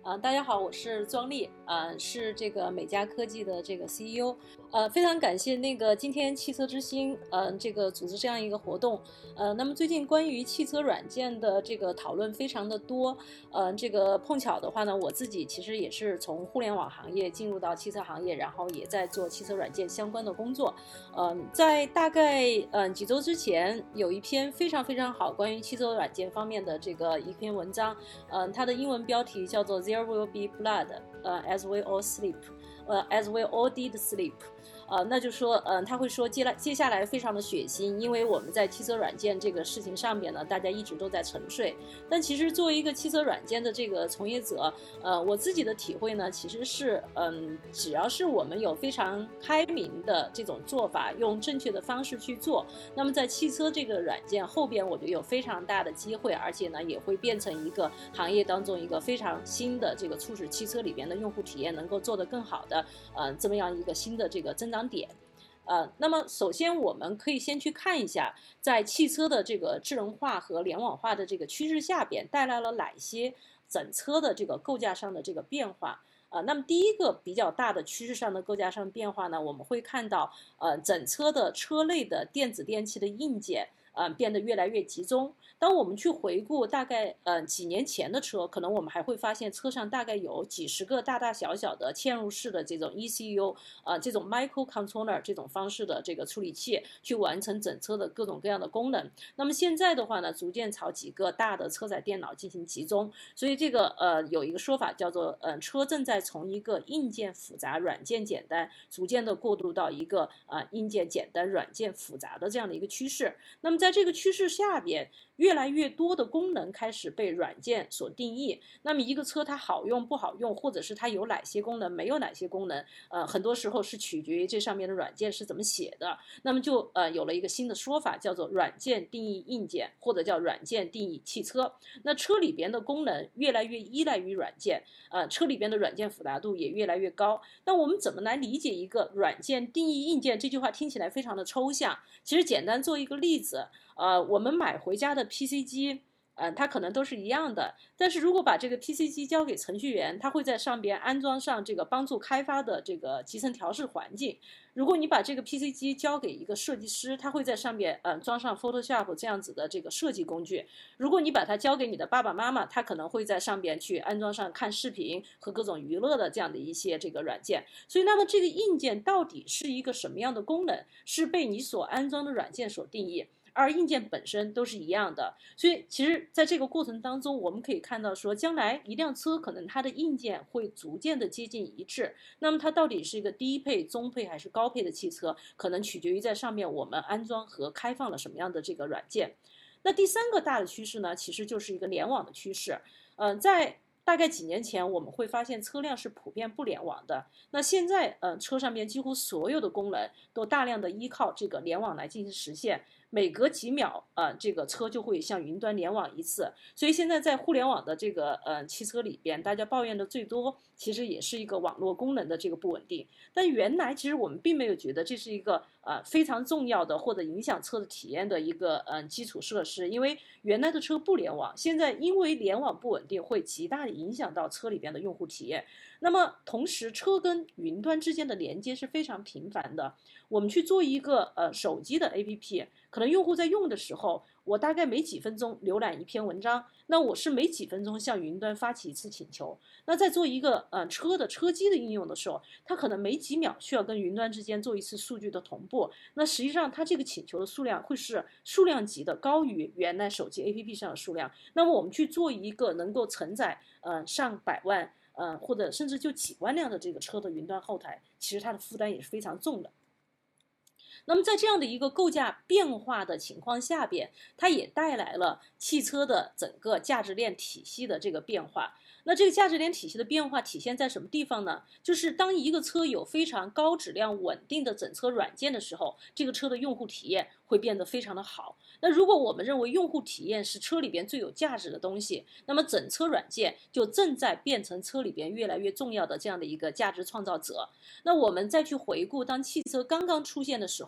大家好，我是庄丽，是这个美嘉科技的这个 CEO，非常感谢今天汽车之星，这个组织这样一个活动，那么最近关于汽车软件的这个讨论非常的多，这个碰巧的话呢，我自己其实也是从互联网行业进入到汽车行业，然后也在做汽车软件相关的工作，在大概几周之前有一篇非常非常好关于汽车软件方面的这个一篇文章，它的英文标题叫做 There will be blood, as we all sleep, as we all did sleep。那就说，他会说接下来非常的血腥，因为我们在汽车软件这个事情上面呢，大家一直都在沉睡。但其实作为一个汽车软件的这个从业者，我自己的体会呢，其实是，只要是我们有非常开明的这种做法，用正确的方式去做，那么在汽车这个软件后边，我觉得有非常大的机会，而且呢，也会变成一个行业当中一个非常新的这个促使汽车里边的用户体验能够做得更好的，这么样一个新的这个增长点。那么首先我们可以先去看一下，在汽车的这个智能化和联网化的这个趋势下边，带来了哪些整车的这个构架上的这个变化。那么第一个比较大的趋势上的构架上变化呢，我们会看到，整车的车内的电子电器的硬件，变得越来越集中。当我们去回顾大概几年前的车，可能我们还会发现车上大概有几十个大大小小的嵌入式的这种 ECU，这种 microcontroller 这种方式的这个处理器去完成整车的各种各样的功能。那么现在的话呢，逐渐朝几个大的车载电脑进行集中，所以这个有一个说法叫做车正在从一个硬件复杂、软件简单，逐渐的过渡到一个硬件简单、软件复杂的这样的一个趋势。那么在这个趋势下边，越来越多的功能开始被软件所定义。那么一个车它好用不好用，或者是它有哪些功能，没有哪些功能，很多时候是取决于这上面的软件是怎么写的。那么就有了一个新的说法，叫做软件定义硬件，或者叫软件定义汽车。那车里边的功能越来越依赖于软件，车里边的软件复杂度也越来越高。那我们怎么来理解一个软件定义硬件？这句话听起来非常的抽象，其实简单做一个例子，我们买回家的 PC 机，它可能都是一样的，但是如果把这个 PC 机交给程序员，他会在上边安装上这个帮助开发的这个集成调试环境。如果你把这个 PC 机交给一个设计师，他会在上边装上 Photoshop 这样子的这个设计工具。如果你把它交给你的爸爸妈妈，他可能会在上边去安装上看视频和各种娱乐的这样的一些这个软件。所以那么这个硬件到底是一个什么样的功能，是被你所安装的软件所定义，而硬件本身都是一样的。所以其实在这个过程当中，我们可以看到说，将来一辆车可能它的硬件会逐渐的接近一致，那么它到底是一个低配、中配还是高配的汽车，可能取决于在上面我们安装和开放了什么样的这个软件。那第三个大的趋势呢，其实就是一个联网的趋势。在大概几年前，我们会发现车辆是普遍不联网的。那现在，车上面几乎所有的功能都大量的依靠这个联网来进行实现。每隔几秒，这个车就会向云端联网一次。所以现在在互联网的这个汽车里边，大家抱怨的最多，其实也是一个网络功能的这个不稳定。但原来其实我们并没有觉得这是一个非常重要的或者影响车的体验的一个基础设施，因为原来的车不联网，现在因为联网不稳定，会极大的影响到车里边的用户体验。那么同时，车跟云端之间的连接是非常频繁的。我们去做一个手机的 APP， 可能用户在用的时候，我大概每几分钟浏览一篇文章，那我是每几分钟向云端发起一次请求。那在做一个车机的应用的时候，它可能每几秒需要跟云端之间做一次数据的同步。那实际上它这个请求的数量会是数量级的高于原来手机 APP 上的数量。那么我们去做一个能够承载上百万或者甚至就几万辆的这个车的云端后台，其实它的负担也是非常重的。那么在这样的一个构架变化的情况下边，它也带来了汽车的整个价值链体系的这个变化。那这个价值链体系的变化体现在什么地方呢？就是当一个车有非常高质量稳定的整车软件的时候，这个车的用户体验会变得非常的好。那如果我们认为用户体验是车里边最有价值的东西，那么整车软件就正在变成车里边越来越重要的这样的一个价值创造者。那我们再去回顾当汽车刚刚出现的时候，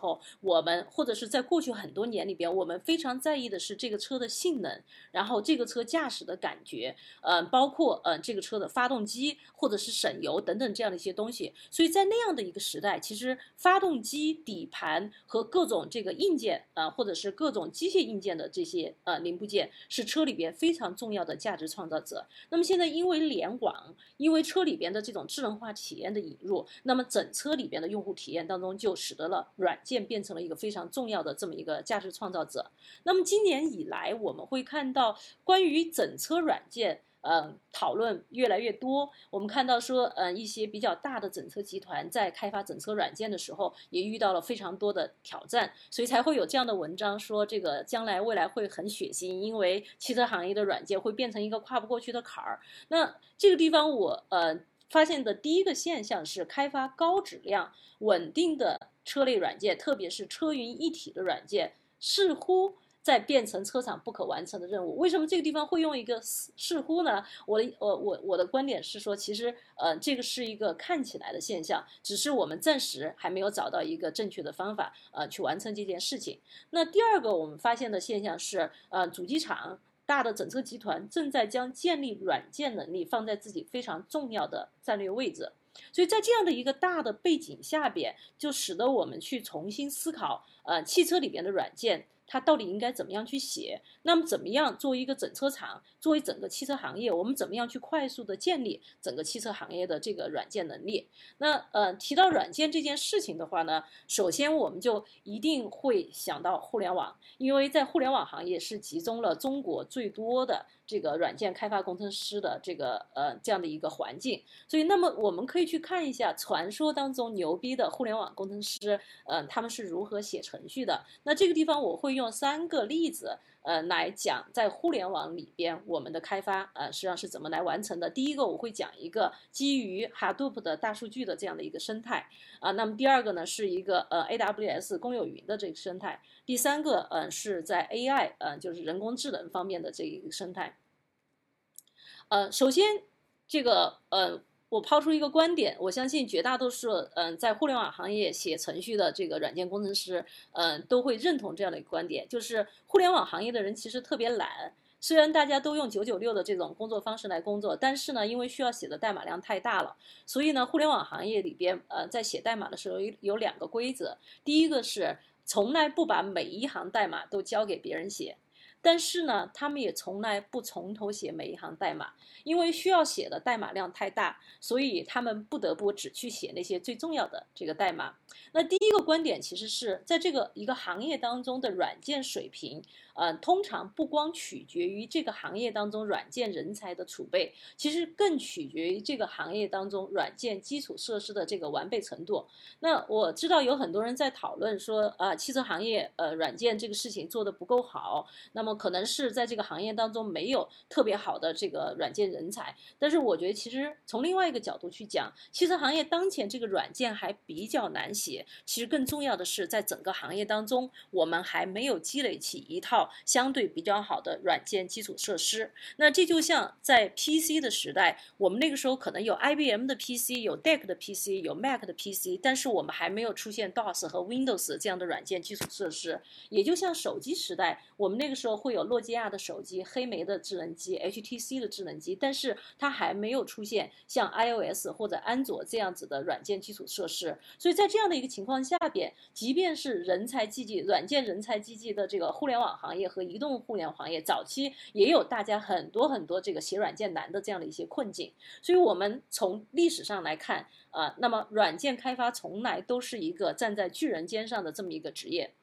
候，我们或者是在过去很多年里边，我们非常在意的是这个车的性能，然后这个车驾驶的感觉，包括这个车的发动机或者是省油等等这样的一些东西。所以在那样的一个时代，其实发动机、底盘和各种这个硬件或者是各种机械硬件的这些零部件是车里边非常重要的价值创造者。那么现在因为联网，因为车里边的这种智能化体验的引入，那么整车里边的用户体验当中就使得了软件变成了一个非常重要的这么一个价值创造者。那么今年以来，我们会看到关于整车软件讨论越来越多。我们看到说，一些比较大的整车集团在开发整车软件的时候，也遇到了非常多的挑战，所以才会有这样的文章说，这个将来未来会很血腥，因为汽车行业的软件会变成一个跨不过去的坎儿。那这个地方我发现的第一个现象是，开发高质量、稳定的车类软件，特别是车云一体的软件，似乎在变成车厂不可完成的任务。为什么这个地方会用一个似乎呢？我的观点是说，其实这个是一个看起来的现象，只是我们暂时还没有找到一个正确的方法去完成这件事情。那第二个我们发现的现象是，主机厂大的整车集团正在将建立软件能力放在自己非常重要的战略位置。所以在这样的一个大的背景下边，就使得我们去重新思考，汽车里边的软件它到底应该怎么样去写？那么怎么样作为一个整车厂，作为整个汽车行业，我们怎么样去快速的建立整个汽车行业的这个软件能力？那提到软件这件事情的话呢，首先我们就一定会想到互联网，因为在互联网行业是集中了中国最多的这个软件开发工程师的这样的一个环境。所以那么我们可以去看一下传说当中牛逼的互联网工程师，他们是如何写程序的。那这个地方我会用3个例子来讲在互联网里边我们的开发实际上是怎么来完成的。第一个我会讲一个基于 Hadoop 的大数据的这样的一个生态那么第二个呢是一个AWS 公有云的这个生态，第三个是在 AI 就是人工智能方面的这一个生态。首先这个我抛出一个观点，我相信绝大多数在互联网行业写程序的这个软件工程师都会认同这样的一个观点，就是互联网行业的人其实特别懒。虽然大家都用996的这种工作方式来工作，但是呢，因为需要写的代码量太大了，所以呢，互联网行业里边在写代码的时候有2个规则。第一个是从来不把每一行代码都交给别人写，但是呢，他们也从来不从头写每一行代码，因为需要写的代码量太大，所以他们不得不只去写那些最重要的这个代码。那第一个观点其实是在这个一个行业当中的软件水平，通常不光取决于这个行业当中软件人才的储备，其实更取决于这个行业当中软件基础设施的这个完备程度。那我知道有很多人在讨论说，汽车行业软件这个事情做得不够好，那么可能是在这个行业当中没有特别好的这个软件人才。但是我觉得其实从另外一个角度去讲，汽车行业当前这个软件还比较难写，其实更重要的是在整个行业当中，我们还没有积累起一套相对比较好的软件基础设施。那这就像在 PC 的时代，我们那个时候可能有 IBM 的 PC， 有 DEC 的 PC， 有 Mac 的 PC， 但是我们还没有出现 DOS 和 Windows 这样的软件基础设施。也就像手机时代，我们那个时候会有诺基亚的手机、黑莓的智能机、HTC 的智能机，但是它还没有出现像 iOS 或者安卓这样子的软件基础设施。所以在这样的一个情况下边，即便是人才济济、软件人才济济的这个互联网行业和移动互联网行业，早期也有大家很多这个写软件难的这样的一些困境。所以我们从历史上来看那么软件开发从来都是一个站在巨人肩上的这么一个职业。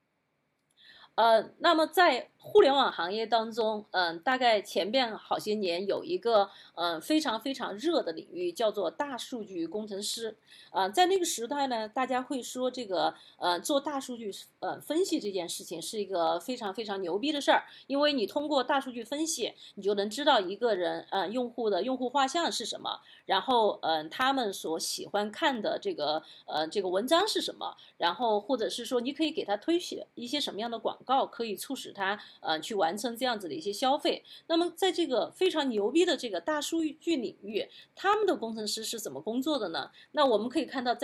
那么在互联网行业当中，大概前边好些年有一个非常热的领域，叫做大数据工程师。在那个时代呢，大家会说这个做大数据分析这件事情是一个非常牛逼的事儿，因为你通过大数据分析，你就能知道一个人用户的用户画像是什么，然后他们所喜欢看的这个文章是什么，然后或者是说你可以给他推写一些什么样的广告，可以促使他去完成这样子的一些消费。那么在这个非常牛逼的这个大数据领域，他们的工程师是怎么工作的呢？那我们可以看到在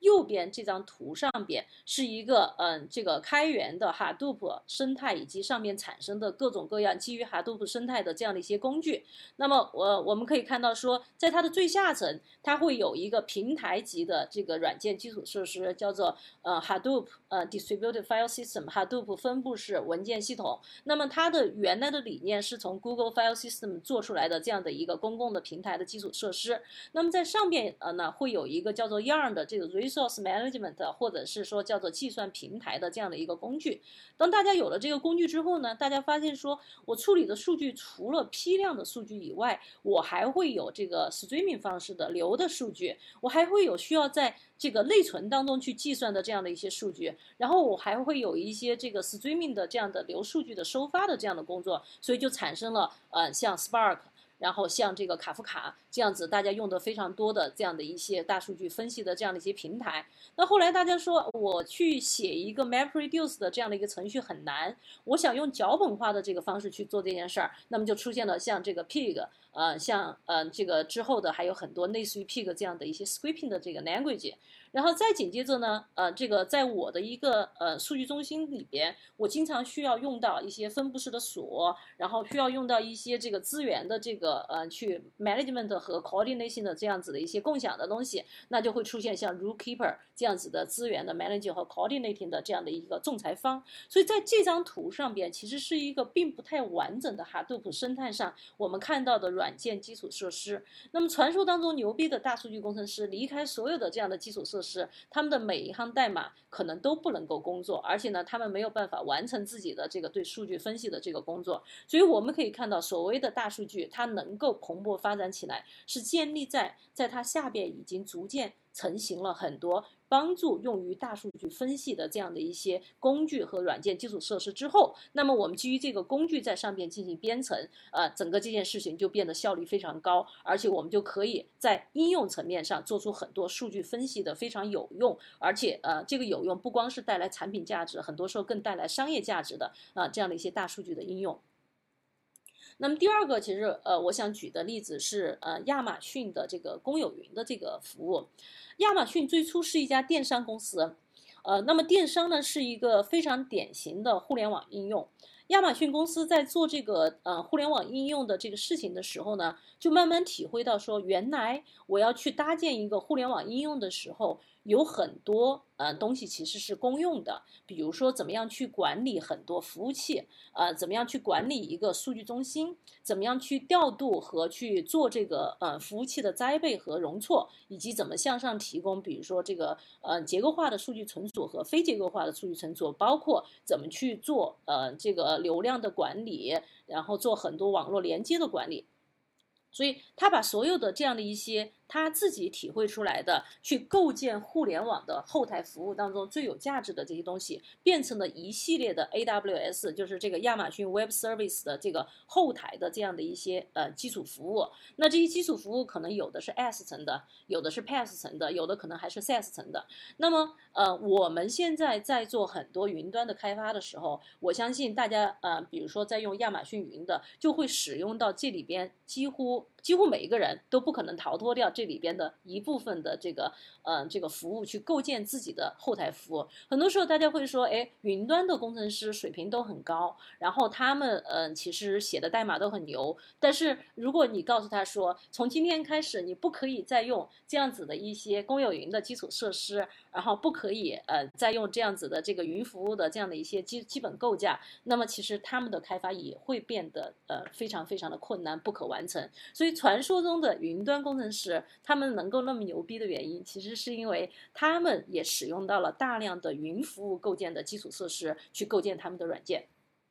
右边这张图上边是一个这个开源的 Hadoop 生态以及上面产生的各种各样基于 Hadoop 生态的这样的一些工具。那么我们可以看到说，在它的最下层，它会有一个平台级的这个软件基础设施，叫做Hadoop Distributed File System Hadoop 分布式文件系统。那么它的原来的理念是从 Google File System 做出来的这样的一个公共的平台的基础设施。那么在上面呢会有一个叫做 Yarn 的这个 Resource Management 或者是说叫做计算平台的这样的一个工具。当大家有了这个工具之后呢，大家发现说我处理的数据除了批量的数据以外，我还会有这个 streaming 方式的流的数据，我还会有需要在这个内存当中去计算的这样的一些数据，然后我还会有一些这个 streaming 的这样的流数据的收发的这样的工作，所以就产生了像 Spark。然后像这个卡夫卡这样子大家用的非常多的这样的一些大数据分析的这样的一些平台。那后来大家说我去写一个 MapReduce 的这样的一个程序很难，我想用脚本化的这个方式去做这件事儿，那么就出现了像这个 Pig，像这个之后的还有很多类似于 Pig 这样的一些 scripting 的这个 language。然后再紧接着呢，这个在我的一个数据中心里边，我经常需要用到一些分布式的锁，然后需要用到一些这个资源的这个去 management 和 coordination 的这样子的一些共享的东西，那就会出现像 Rootkeeper 这样子的资源的 managing 和 coordinating 的这样的一个仲裁方。所以在这张图上边，其实是一个并不太完整的 Hadoop 生态上我们看到的软件基础设施。那么传说当中牛逼的大数据工程师离开所有的这样的基础设施，他们的每一行代码可能都不能够工作，而且呢，他们没有办法完成自己的这个对数据分析的这个工作。所以我们可以看到，所谓的大数据它能够蓬勃发展起来，是建立在它下边已经逐渐成型了很多帮助用于大数据分析的这样的一些工具和软件基础设施之后，那么我们基于这个工具在上边进行编程，整个这件事情就变得效率非常高，而且我们就可以在应用层面上做出很多数据分析的非常有用，而且这个有用不光是带来产品价值，很多时候更带来商业价值的这样的一些大数据的应用。那么第二个，其实我想举的例子是亚马逊的这个公有云的这个服务。亚马逊最初是一家电商公司，那么电商呢是一个非常典型的互联网应用。亚马逊公司在做这个互联网应用的这个事情的时候呢，就慢慢体会到说，原来我要去搭建一个互联网应用的时候，有很多东西其实是公用的，比如说怎么样去管理很多服务器，怎么样去管理一个数据中心，怎么样去调度和去做这个服务器的栽培和容错，以及怎么向上提供，比如说这个结构化的数据存储和非结构化的数据存储，包括怎么去做这个流量的管理，然后做很多网络连接的管理。所以他把所有的这样的一些他自己体会出来的去构建互联网的后台服务当中最有价值的这些东西，变成了一系列的 AWS， 就是这个亚马逊 Web Service 的这个后台的这样的一些基础服务。那这些基础服务可能有的是 S 层的，有的是 PaaS 层的，有的可能还是 SaaS 层的。那么我们现在在做很多云端的开发的时候，我相信大家比如说在用亚马逊云的，就会使用到这里边几乎每一个人都不可能逃脱掉这里边的一部分的这个服务，去构建自己的后台服务。很多时候大家会说，哎，云端的工程师水平都很高，然后他们其实写的代码都很牛，但是如果你告诉他说，从今天开始你不可以再用这样子的一些公有云的基础设施，然后不可以再用这样子的这个云服务的这样的一些基本构架，那么其实他们的开发也会变得非常非常的困难，不可完成。所以传说中的云端工程师他们能够那么牛逼的原因，其实是因为他们也使用到了大量的云服务构建的基础设施去构建他们的软件。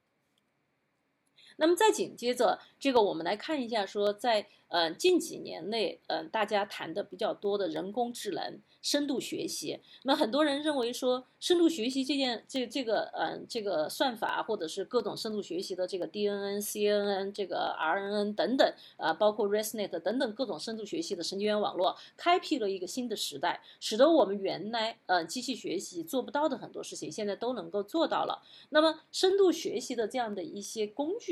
那么再紧接着这个我们来看一下说，在近几年内大家谈的比较多的人工智能深度学习。那很多人认为说深度学习这个算法，或者是各种深度学习的这个 DNN、CNN、这个 RNN 等等包括 ResNet 等等各种深度学习的神经元网络，开辟了一个新的时代，使得我们原来机器学习做不到的很多事情现在都能够做到了。那么深度学习的这样的一些工具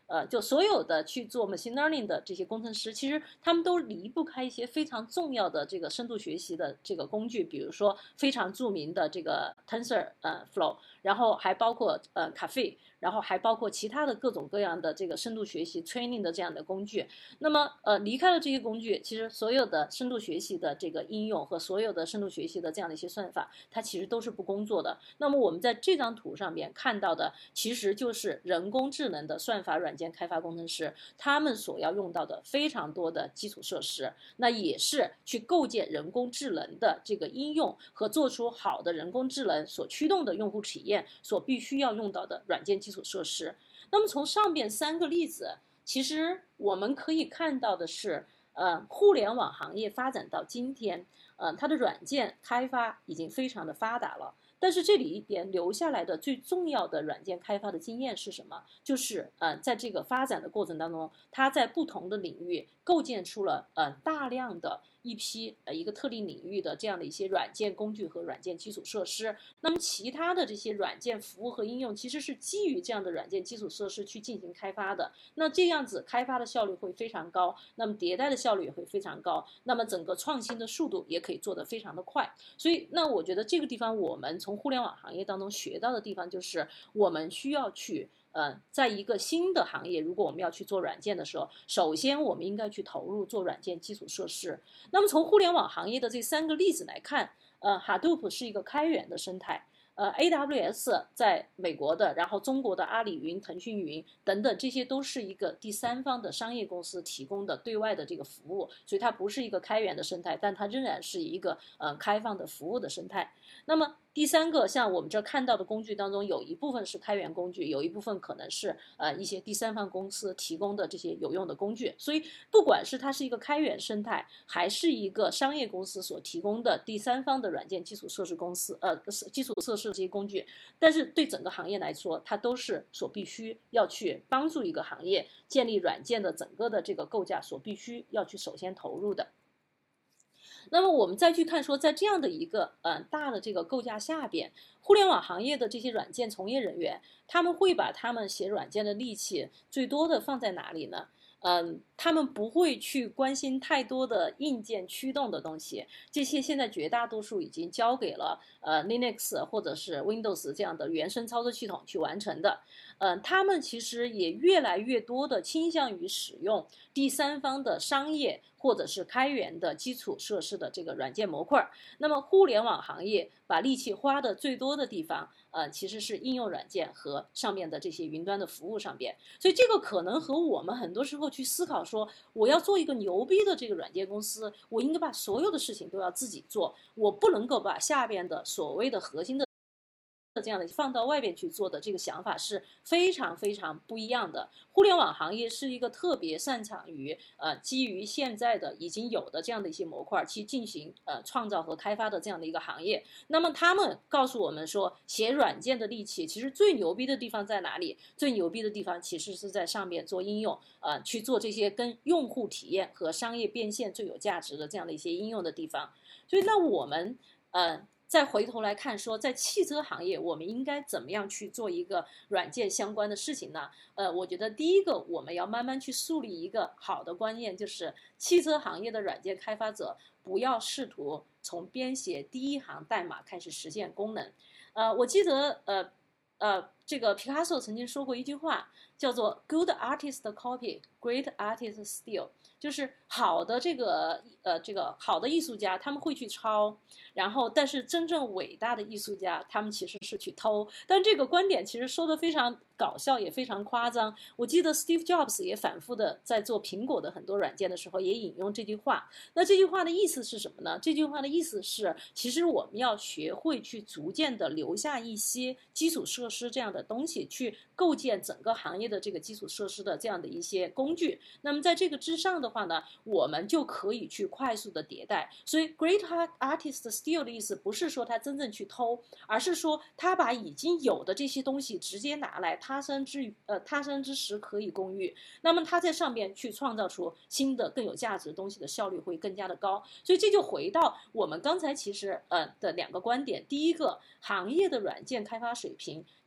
就所有的去做 machine learning 的这些工程师，其实他们都离不开一些非常重要的这个深度学习的这个工具，比如说非常著名的这个 TensorFlow，然后还包括Caffe，然后还包括其他的各种各样的这个深度学习 training 的这样的工具。那么离开了这些工具，其实所有的深度学习的这个应用和所有的深度学习的这样的一些算法，它其实都是不工作的。那么我们在这张图上面看到的，其实就是人工智能的算法软件开发工程师他们所要用到的非常多的基础设施，那也是去构建人工智能的这个应用和做出好的人工智能所驱动的用户体验所必须要用到的软件基础设施。那么从上边3个例子，其实我们可以看到的是，互联网行业发展到今天，它的软件开发已经非常的发达了。但是这里边留下来的最重要的软件开发的经验是什么？就是在这个发展的过程当中，它在不同的领域构建出了大量的一批一个特定领域的这样的一些软件工具和软件基础设施。那么其他的这些软件服务和应用其实是基于这样的软件基础设施去进行开发的。那这样子开发的效率会非常高，那么迭代的效率也会非常高，那么整个创新的速度也可以做得非常的快。所以那我觉得这个地方我们从互联网行业当中学到的地方就是我们需要去在一个新的行业，如果我们要去做软件的时候，首先我们应该去投入做软件基础设施。那么从互联网行业的这3个例子来看，Hadoop 是一个开源的生态。AWS 在美国的，然后中国的阿里云、腾讯云等等，这些都是一个第三方的商业公司提供的对外的这个服务，所以它不是一个开源的生态，但它仍然是一个开放的服务的生态。那么第3个，像我们这看到的工具当中，有一部分是开源工具，有一部分可能是一些第三方公司提供的这些有用的工具。所以不管是它是一个开源生态，还是一个商业公司所提供的第三方的软件基础设施公司基础设施这些工具，但是对整个行业来说，它都是所必须要去帮助一个行业建立软件的整个的这个构架所必须要去首先投入的。那么我们再去看说，在这样的一个大的这个构架下边，互联网行业的这些软件从业人员，他们会把他们写软件的力气最多的放在哪里呢？他们不会去关心太多的硬件驱动的东西，这些现在绝大多数已经交给了Linux 或者是 Windows 这样的原生操作系统去完成的。他们其实也越来越多的倾向于使用第三方的商业或者是开源的基础设施的这个软件模块。那么互联网行业把力气花的最多的地方，其实是应用软件和上面的这些云端的服务上边。所以这个可能和我们很多时候去思考说，我要做一个牛逼的这个软件公司，我应该把所有的事情都要自己做，我不能够把下边的所谓的核心的这样的放到外边去做的这个想法是非常非常不一样的。互联网行业是一个特别擅长于基于现在的已经有的这样的一些模块去进行创造和开发的这样的一个行业。那么他们告诉我们说，写软件的力气其实最牛逼的地方在哪里？最牛逼的地方其实是在上面做应用，去做这些跟用户体验和商业变现最有价值的这样的一些应用的地方。所以那我们再回头来看说，在汽车行业我们应该怎么样去做一个软件相关的事情呢？我觉得第一个我们要慢慢去树立一个好的观念，就是汽车行业的软件开发者不要试图从编写第一行代码开始实现功能。我记得这个皮卡索曾经说过一句话，叫做 "Good artist copy, great artist steal"， 就是好的这个好的艺术家他们会去抄，然后但是真正伟大的艺术家他们其实是去偷。但这个观点其实说的非常搞笑，也非常夸张。我记得 Steve Jobs 也反复的在做苹果的很多软件的时候也引用这句话。那这句话的意思是什么呢？这句话的意思是，其实我们要学会去逐渐的留下一些基础设施这样的东西，去构建整个行业的这个基础设施的这样的一些工具。那么在这个之上的话呢，我们就可以去快速的迭代。所以 Great Artist Steal 的意思不是说他真正去偷，而是说他把已经有的这些东西直接拿来，他山之石可以攻玉。那么他在上面去创造出新的更有价值的东西的效率会更加的高。所以这就回到我们刚才其实的2个观点。第一个，行业的软件开发水平其实不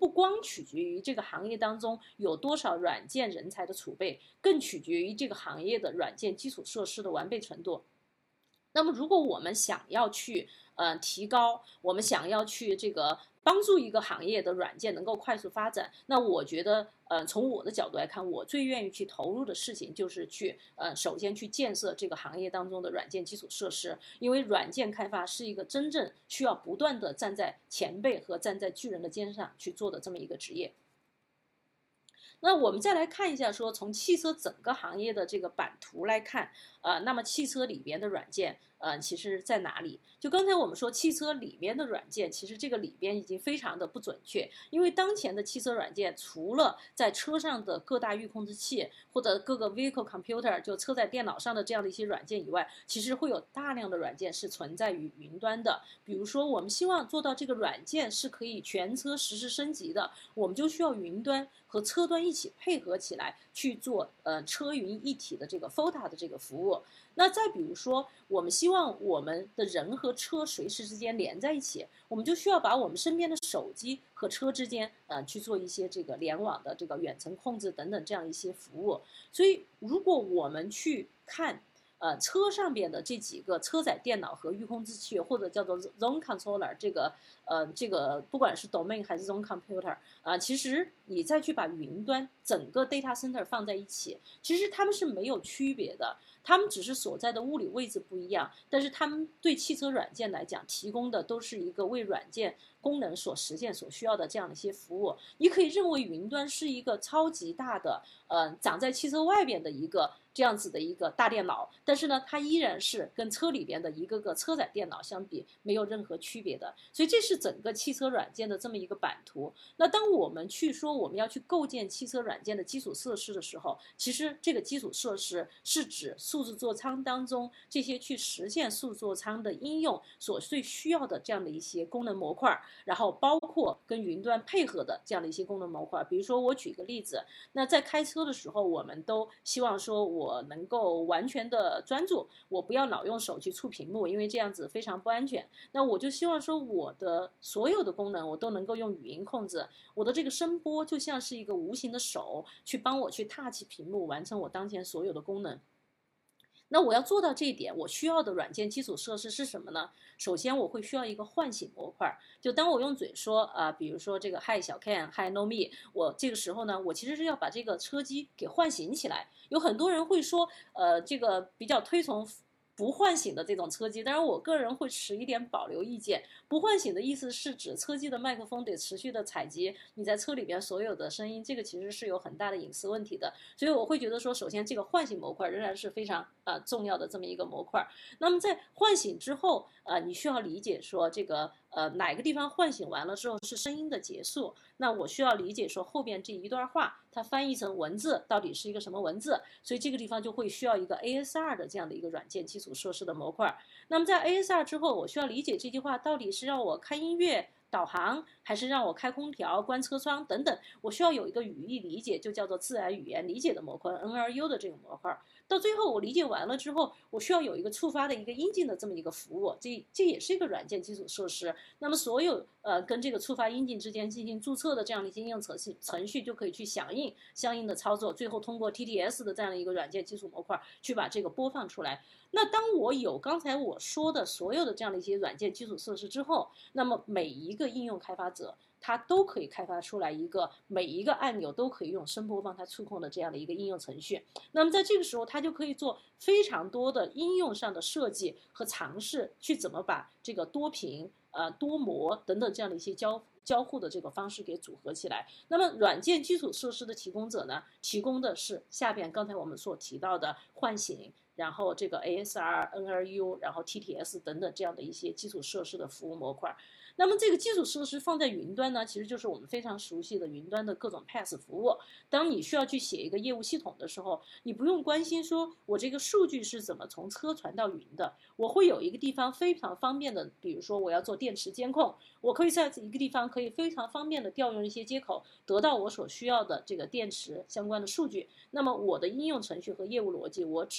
光取决于这个行业当中有多少软件人才的储备，更取决于这个行业的软件基础设施的完备程度。那么如果我们想要去提高，我们想要去这个帮助一个行业的软件能够快速发展，那我觉得从我的角度来看，我最愿意去投入的事情就是去首先去建设这个行业当中的软件基础设施，因为软件开发是一个真正需要不断的站在前辈和站在巨人的肩上去做的这么一个职业。那我们再来看一下说，从汽车整个行业的这个版图来看，那么汽车里边的软件，其实在哪里？就刚才我们说，汽车里边的软件，其实这个里边已经非常的不准确，因为当前的汽车软件，除了在车上的各大域控制器或者各个 vehicle computer 就车载电脑上的这样的一些软件以外，其实会有大量的软件是存在于云端的。比如说，我们希望做到这个软件是可以全车实时升级的，我们就需要云端和车端一起配合起来去做车云一体的这个 FOTA 的这个服务。那再比如说，我们希望我们的人和车随时之间连在一起，我们就需要把我们身边的手机和车之间去做一些这个联网的这个远程控制等等这样一些服务。所以如果我们去看车上边的这几个车载电脑和预控制器，或者叫做 Zone Controller， 这个不管是 Domain 还是 Zone Computer 其实你再去把云端整个 Data Center 放在一起，其实它们是没有区别的，它们只是所在的物理位置不一样，但是它们对汽车软件来讲提供的都是一个为软件功能所实现所需要的这样的一些服务。你可以认为云端是一个超级大的长在汽车外边的一个这样子的一个大电脑，但是呢它依然是跟车里边的一个个车载电脑相比没有任何区别的。所以这是整个汽车软件的这么一个版图。那当我们去说我们要去构建汽车软件的基础设施的时候，其实这个基础设施是指数字座舱当中这些去实现数字座舱的应用所最需要的这样的一些功能模块，然后包括跟云端配合的这样的一些功能模块。比如说我举个例子，那在开车的时候，我们都希望说我能够完全的专注，我不要老用手去触屏幕，因为这样子非常不安全。那我就希望说我的所有的功能我都能够用语音控制，我的这个声波就像是一个无形的手去帮我去踏起屏幕，完成我当前所有的功能。那我要做到这一点，我需要的软件基础设施是什么呢？首先我会需要一个唤醒模块，就当我用嘴说比如说这个 Hi 小 Ken Hi No Me， 我这个时候呢，我其实是要把这个车机给唤醒起来。有很多人会说这个比较推崇不唤醒的这种车机，当然我个人会持一点保留意见。不唤醒的意思是指车机的麦克风得持续的采集你在车里边所有的声音，这个其实是有很大的隐私问题的。所以我会觉得说，首先这个唤醒模块仍然是非常重要的这么一个模块。那么在唤醒之后你需要理解说这个哪个地方唤醒完了之后是声音的结束，那我需要理解说后边这一段话它翻译成文字到底是一个什么文字，所以这个地方就会需要一个 ASR 的这样的一个软件基础设施的模块。那么在 ASR 之后，我需要理解这句话到底是让我开音乐导航，还是让我开空调关车窗等等，我需要有一个语义理解，就叫做自然语言理解的模块 NLU 的这个模块。到最后我理解完了之后，我需要有一个触发的一个应尽的这么一个服务，这也是一个软件基础设施。那么所有跟这个触发应尽之间进行注册的这样的一些应用程序就可以去响应相应的操作，最后通过 TTS 的这样的一个软件基础模块去把这个播放出来。那当我有刚才我说的所有的这样的一些软件基础设施之后，那么每一个应用开发者它都可以开发出来一个每一个按钮都可以用声波帮它触控的这样的一个应用程序。那么在这个时候它就可以做非常多的应用上的设计和尝试，去怎么把这个多屏多模等等这样的一些交互的这个方式给组合起来。那么软件基础设施的提供者呢，提供的是下边刚才我们所提到的唤醒，然后这个 ASR、NLU， 然后 TTS 等等这样的一些基础设施的服务模块。那么这个基础设施放在云端呢，其实就是我们非常熟悉的云端的各种 PaaS 服务。当你需要去写一个业务系统的时候，你不用关心说我这个数据是怎么从车传到云的，我会有一个地方非常方便的，比如说我要做电池监控，我可以在一个地方可以非常方便的调用一些接口，得到我所需要的这个电池相关的数据。那么我的应用程序和业务逻辑，我只要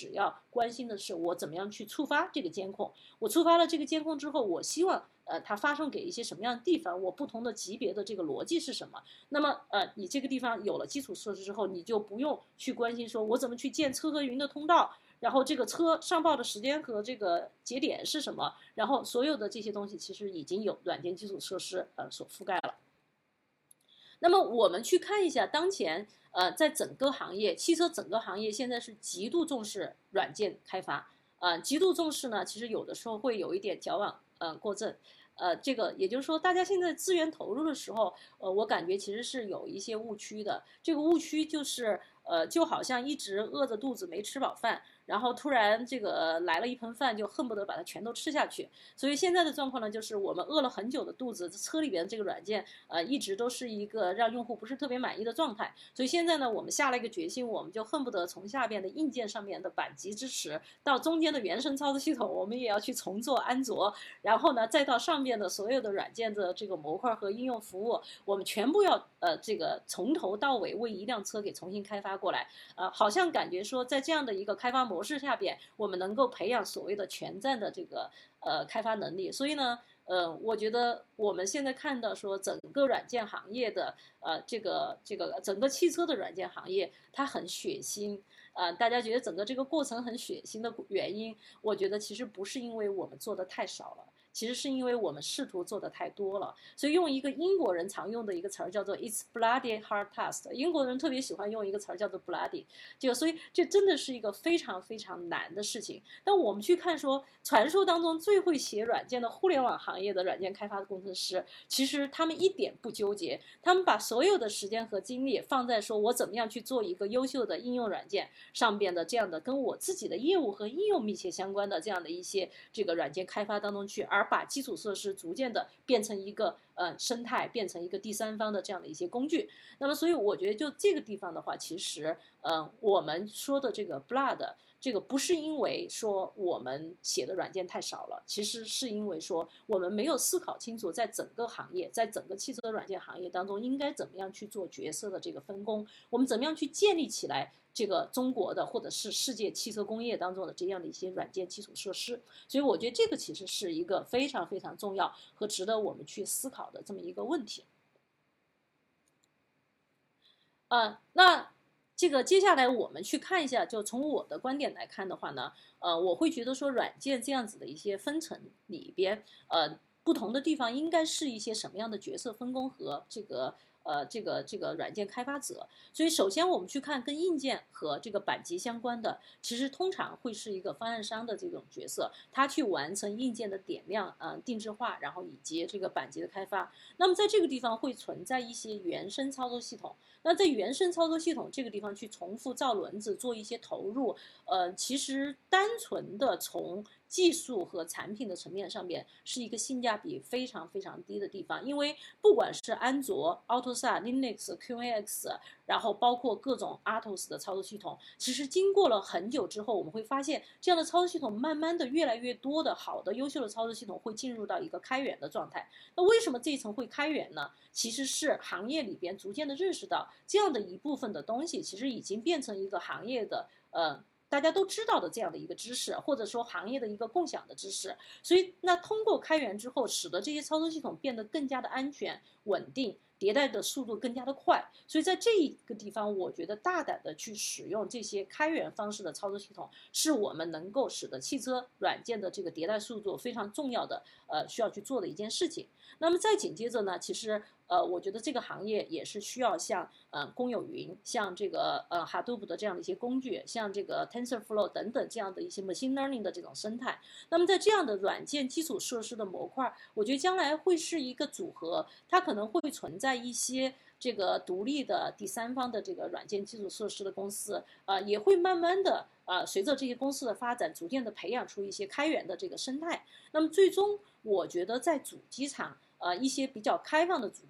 关心的是我怎么样去触发这个监控，我触发了这个监控之后，我希望它发送给一些什么样的地方，我不同的级别的这个逻辑是什么。那么你这个地方有了基础设施之后，你就不用去关心说我怎么去建车和云的通道，然后这个车上报的时间和这个节点是什么，然后所有的这些东西其实已经有软件基础设施所覆盖了。那么我们去看一下当前在整个行业，汽车整个行业现在是极度重视软件开发，极度重视呢，其实有的时候会有一点矫枉过正。这个也就是说，大家现在资源投入的时候，我感觉其实是有一些误区的。这个误区就是，就好像一直饿着肚子没吃饱饭，然后突然这个来了一盆饭，就恨不得把它全都吃下去。所以现在的状况呢，就是我们饿了很久的肚子，车里边这个软件，一直都是一个让用户不是特别满意的状态。所以现在呢，我们下了一个决心，我们就恨不得从下边的硬件上面的板级支持，到中间的原生操作系统，我们也要去重做安卓，然后呢，再到上面的所有的软件的这个模块和应用服务，我们全部要这个从头到尾为一辆车给重新开发过来。好像感觉说在这样的一个开发模式下边，我们能够培养所谓的全站的这个开发能力。所以呢，我觉得我们现在看到说整个软件行业的这个整个汽车的软件行业，它很血腥。大家觉得整个这个过程很血腥的原因，我觉得其实不是因为我们做的太少了。其实是因为我们试图做的太多了，所以用一个英国人常用的一个词儿叫做 "It's bloody hard task"。英国人特别喜欢用一个词儿叫做 "bloody"，所以这真的是一个非常非常难的事情。但我们去看说，传说当中最会写软件的互联网行业的软件开发工程师，其实他们一点不纠结，他们把所有的时间和精力放在说我怎么样去做一个优秀的应用软件上边的这样的跟我自己的业务和应用密切相关的这样的一些这个软件开发当中去，而把基础设施逐渐的变成一个生态，变成一个第三方的这样的一些工具。那么所以我觉得就这个地方的话，其实我们说的这个 blood，这个不是因为说我们写的软件太少了，其实是因为说我们没有思考清楚，在整个行业，在整个汽车软件行业当中，应该怎么样去做角色的这个分工，我们怎么样去建立起来这个中国的或者是世界汽车工业当中的这样的一些软件基础设施。所以我觉得这个其实是一个非常非常重要和值得我们去思考的这么一个问题。那这个接下来我们去看一下，就从我的观点来看的话呢，我会觉得说软件这样子的一些分层里边，不同的地方应该是一些什么样的角色分工和这个软件开发者。所以首先我们去看跟硬件和这个板级相关的，其实通常会是一个方案商的这种角色，他去完成硬件的点亮定制化，然后以及这个板级的开发。那么在这个地方会存在一些原生操作系统。那在原生操作系统这个地方去重复造轮子做一些投入，其实单纯的从技术和产品的层面上面是一个性价比非常非常低的地方。因为不管是安卓、AutoSAR、Linux、QNX，然后包括各种 RTOS 的操作系统，其实经过了很久之后，我们会发现这样的操作系统慢慢的越来越多的好的优秀的操作系统会进入到一个开源的状态。那为什么这一层会开源呢？其实是行业里边逐渐的认识到这样的一部分的东西其实已经变成一个行业的大家都知道的这样的一个知识，或者说行业的一个共享的知识。所以那通过开源之后，使得这些操作系统变得更加的安全稳定，迭代的速度更加的快。所以在这一个地方，我觉得大胆的去使用这些开源方式的操作系统，是我们能够使得汽车软件的这个迭代速度非常重要的需要去做的一件事情。那么再紧接着呢，其实我觉得这个行业也是需要像公有云，像这个Hadoop 的这样的一些工具，像这个 TensorFlow 等等这样的一些 machine learning 的这种生态。那么在这样的软件基础设施的模块，我觉得将来会是一个组合，它可能会存在一些这个独立的第三方的这个软件基础设施的公司，也会慢慢的随着这些公司的发展，逐渐的培养出一些开源的这个生态。那么最终我觉得在主机厂一些比较开放的主机厂，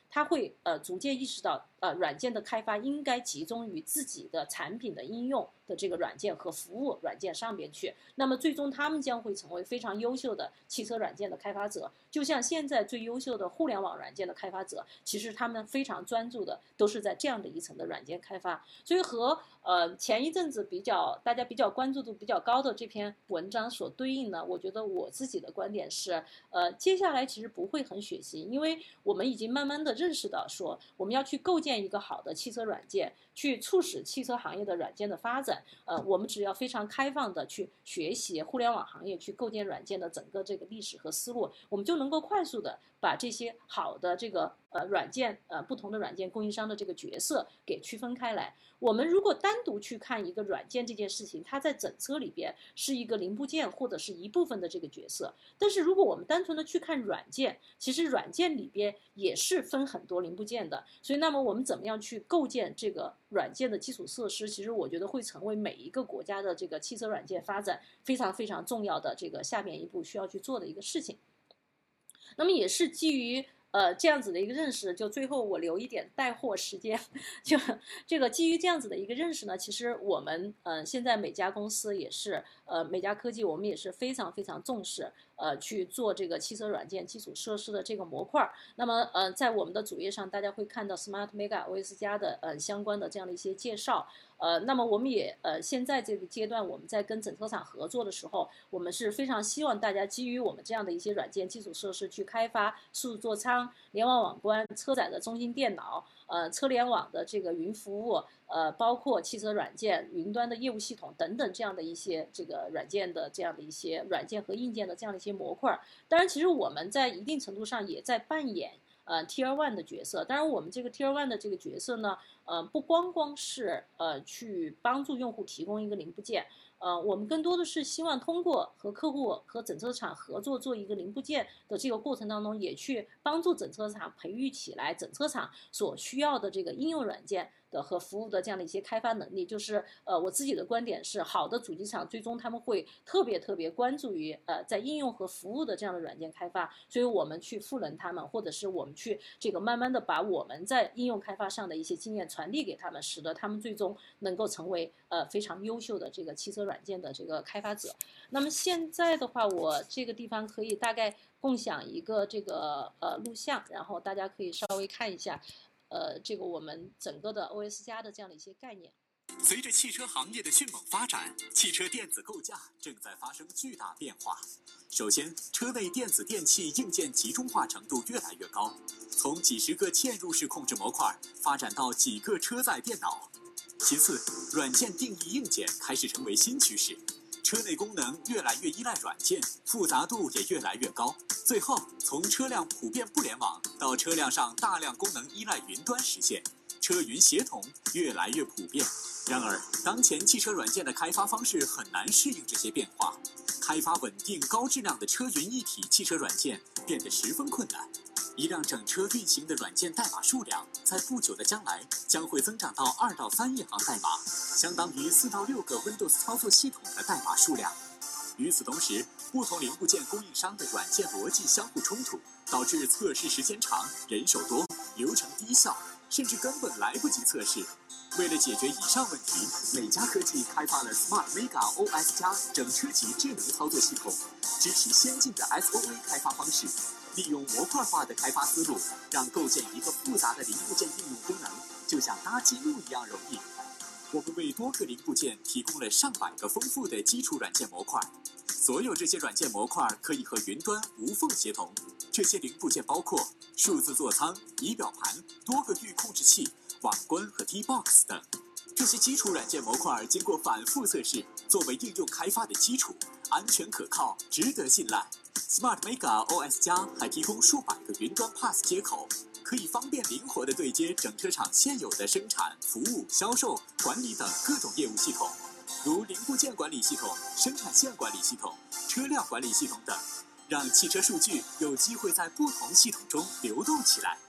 他会逐渐意识到软件的开发应该集中于自己的产品的应用的这个软件和服务软件上边去。那么最终他们将会成为非常优秀的汽车软件的开发者，就像现在最优秀的互联网软件的开发者，其实他们非常专注的都是在这样的一层的软件开发。所以和前一阵子大家比较关注度比较高的这篇文章所对应呢，我觉得我自己的观点是，接下来其实不会很血腥，因为我们已经慢慢的认识到说，我们要去构建一个好的汽车软件，去促使汽车行业的软件的发展。我们只要非常开放的去学习互联网行业去构建软件的整个这个历史和思路，我们就能够快速的把这些好的这个软件不同的软件供应商的这个角色给区分开来。我们如果单独去看一个软件这件事情，它在整车里边是一个零部件或者是一部分的这个角色，但是如果我们单纯的去看软件，其实软件里边也是分很多零部件的。所以那么我们怎么样去构建这个软件的基础设施，其实我觉得会成为每一个国家的这个汽车软件发展非常非常重要的这个下面一步需要去做的一个事情。那么也是基于这样子的一个认识，就最后我留一点带货时间，就这个基于这样子的一个认识呢，其实我们现在每家公司也是每家科技我们也是非常非常重视去做这个汽车软件基础设施的这个模块。那么在我们的主页上大家会看到 Smart Mega OS 加的相关的这样的一些介绍。那么我们也现在这个阶段我们在跟整车厂合作的时候，我们是非常希望大家基于我们这样的一些软件基础设施去开发数字座舱、联网网关、车载的中心电脑、车联网的这个云服务，包括汽车软件、云端的业务系统等等这样的一些这个软件的这样的一些软件和硬件的这样的一些模块。当然，其实我们在一定程度上也在扮演Tier 1的角色。当然，我们这个 Tier 1的这个角色呢，不光是去帮助用户提供一个零部件，我们更多的是希望通过和客户和整车厂合作做一个零部件的这个过程当中，也去帮助整车厂培育起来整车厂所需要的这个应用软件的和服务的这样的一些开发能力。就是我自己的观点是，好的主机厂最终他们会特别关注于在应用和服务的这样的软件开发，所以我们去赋能他们，或者是我们去这个慢慢的把我们在应用开发上的一些经验传递给他们，使得他们最终能够成为非常优秀的这个汽车软件的这个开发者。那么现在的话，我这个地方可以大概共享一个这个录像，然后大家可以稍微看一下这个我们整个的 OS 加的这样的一些概念。 随着汽车行业的迅猛发展，汽车电子构架正在发生巨大变化。首先，车内电子电器硬件集中化程度越来越高，从几十个嵌入式控制模块发展到几个车载电脑。其次，软件定义硬件开始成为新趋势，车内功能越来越依赖软件，复杂度也越来越高。最后，从车辆普遍不联网到车辆上大量功能依赖云端实现，车云协同越来越普遍。然而，当前汽车软件的开发方式很难适应这些变化，开发稳定高质量的车云一体汽车软件变得十分困难。一辆整车运行的软件代码数量，在不久的将来将会增长到2到3亿行代码，相当于4到6个 Windows 操作系统的代码数量。与此同时，不同零部件供应商的软件逻辑相互冲突，导致测试时间长、人手多、流程低效，甚至根本来不及测试。为了解决以上问题，美嘉科技开发了 Smart Mega OS 加整车级智能操作系统，支持先进的 SOA 开发方式，利用模块化的开发思路，让构建一个复杂的零部件应用功能，就像搭积木一样容易。我们为多个零部件提供了上百个丰富的基础软件模块，所有这些软件模块可以和云端无缝协同。这些零部件包括数字座舱、仪表盘、多个域控制器、网关和 T-Box 等。这些基础软件模块经过反复测试，作为应用开发的基础，安全可靠，值得信赖。Smart Mega OS 加还提供数百个云端 PaaS 接口，可以方便灵活地对接整车厂现有的生产、服务、销售、管理等各种业务系统，如零部件管理系统、生产线管理系统、车辆管理系统等，让汽车数据有机会在不同系统中流动起来。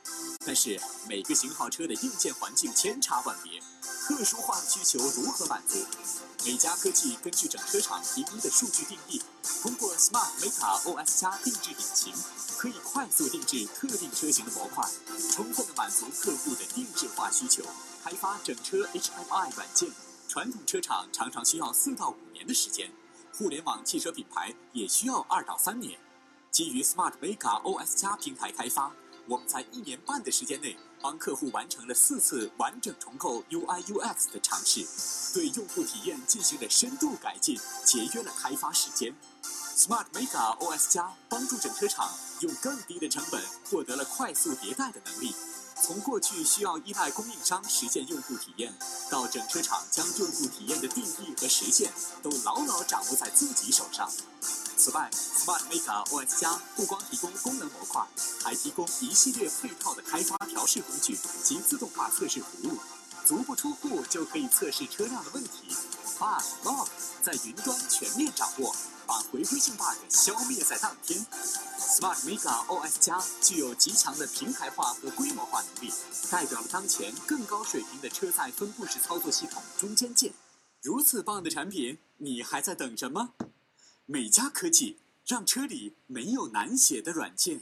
但是每个型号车的硬件环境千差万别，特殊化的需求如何满足？美嘉科技根据整车厂提供的数据定义，通过 Smart Mega OS 加定制引擎，可以快速定制特定车型的模块，充分的满足客户的定制化需求。开发整车 HMI 软件，传统车厂常常需要4到5年的时间，互联网汽车品牌也需要2到3年。基于 Smart Mega OS 加平台开发，我们在1年半的时间内，帮客户完成了4次完整重构 UI/UX 的尝试，对用户体验进行了深度改进，节约了开发时间。Smart Mega OS 加帮助整车厂用更低的成本获得了快速迭代的能力。从过去需要依赖供应商实现用户体验，到整车厂将用户体验的定义和实现都牢牢掌握在自己手上。此外 ，Smart Mega OS 加不光提供功能模块，还提供一系列配套的开发调试工具及自动化测试服务，足不出户就可以测试车辆的问题 ，bug log 在云端全面掌握，把回归性 bug 消灭在当天。Smart Mega OS 加具有极强的平台化和规模化能力，代表了当前更高水平的车载分布式操作系统中间件。如此棒的产品，你还在等什么？美嘉科技让车里没有难写的软件。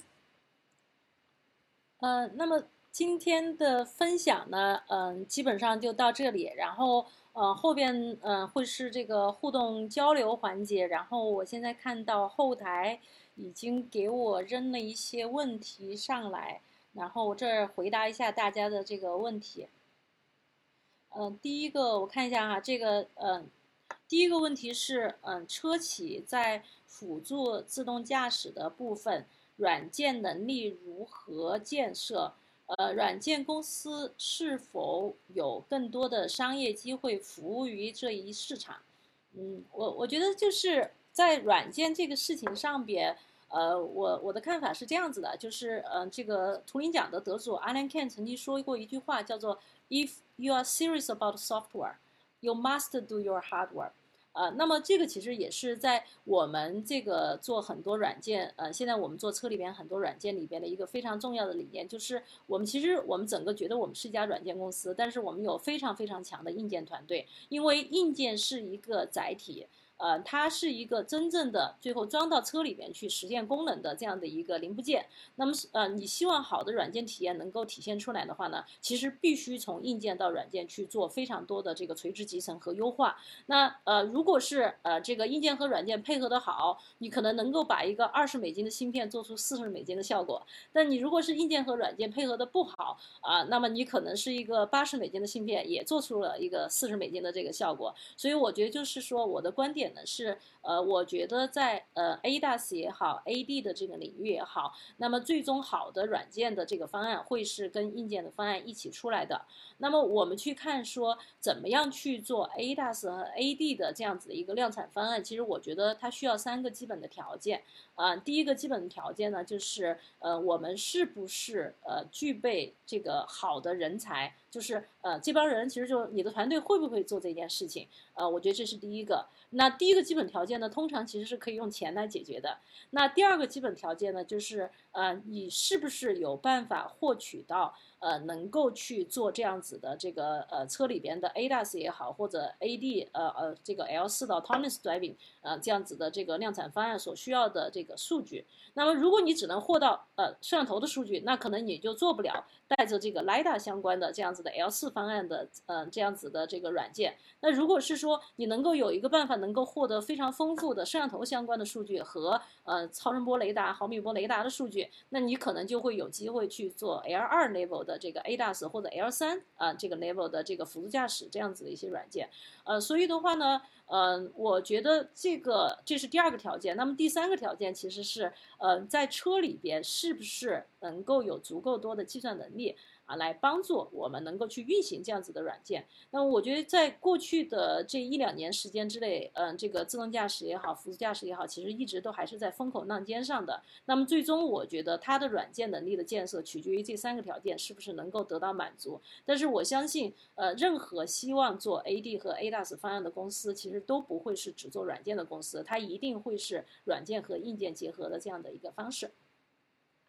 那么今天的分享呢，基本上就到这里。然后后边会是这个互动交流环节。然后我现在看到后台已经给我扔了一些问题上来，然后我这儿回答一下大家的这个问题。第一个我看一下哈，这个第一个问题是，车企在辅助自动驾驶的部分，软件能力如何建设？软件公司是否有更多的商业机会服务于这一市场？我觉得就是在软件这个事情上边，我的看法是这样子的，就是这个图灵奖的得主 Alan Kane 曾经说过一句话，叫做 "If you are serious about software, you must do your hard work." 那么这个其实也是在我们这个做很多软件，现在我们做车里边很多软件里边的一个非常重要的理念，就是我们整个觉得我们是一家软件公司，但是我们有非常非常强的硬件团队，因为硬件是一个载体。它是一个真正的最后装到车里边去实现功能的这样的一个零部件。那么你希望好的软件体验能够体现出来的话呢，其实必须从硬件到软件去做非常多的这个垂直集成和优化。那如果是这个硬件和软件配合的好，你可能能够把一个$20的芯片做出$40的效果。但你如果是硬件和软件配合的不好那么你可能是一个$80的芯片也做出了一个$40的这个效果。所以我觉得就是说我的观点呢是我觉得在ADAS 也好 AD 的这个领域也好，那么最终好的软件的这个方案会是跟硬件的方案一起出来的。那么我们去看说怎么样去做 ADAS 和 AD 的这样子的一个量产方案，其实我觉得它需要3个基本的条件。第一个基本的条件呢，就是我们是不是具备这个好的人才，就是这帮人其实就你的团队会不会做这件事情。我觉得这是第一个。那第一个基本条件呢，通常其实是可以用钱来解决的。那第二个基本条件呢，就是你是不是有办法获取到能够去做这样子的这个车里边的 ADAS 也好，或者 AD 这个 L4 的 Autonomous Driving 这样子的这个量产方案所需要的这个数据。那么如果你只能获到摄像头的数据，那可能你就做不了带着这个 LiDAR 相关的这样子的 L4 方案的这样子的这个软件。那如果是说你能够有一个办法能够获得非常丰富的摄像头相关的数据和超声波雷达、毫米波雷达的数据，那你可能就会有机会去做 L2 level 的这个 ADAS 或者 L3这个 level 的这个辅助驾驶这样子的一些软件。所以的话呢，我觉得这是第二个条件。那么第三个条件其实是在车里边是不是能够有足够多的计算能力来帮助我们能够去运行这样子的软件。那么我觉得在过去的这1-2年时间之内，这个自动驾驶也好，辅助驾驶也好，其实一直都还是在风口浪尖上的。那么最终我觉得它的软件能力的建设取决于这3个条件是不是能够得到满足。但是我相信任何希望做 AD 和 ADAS 方案的公司其实都不会是只做软件的公司，它一定会是软件和硬件结合的这样的一个方式。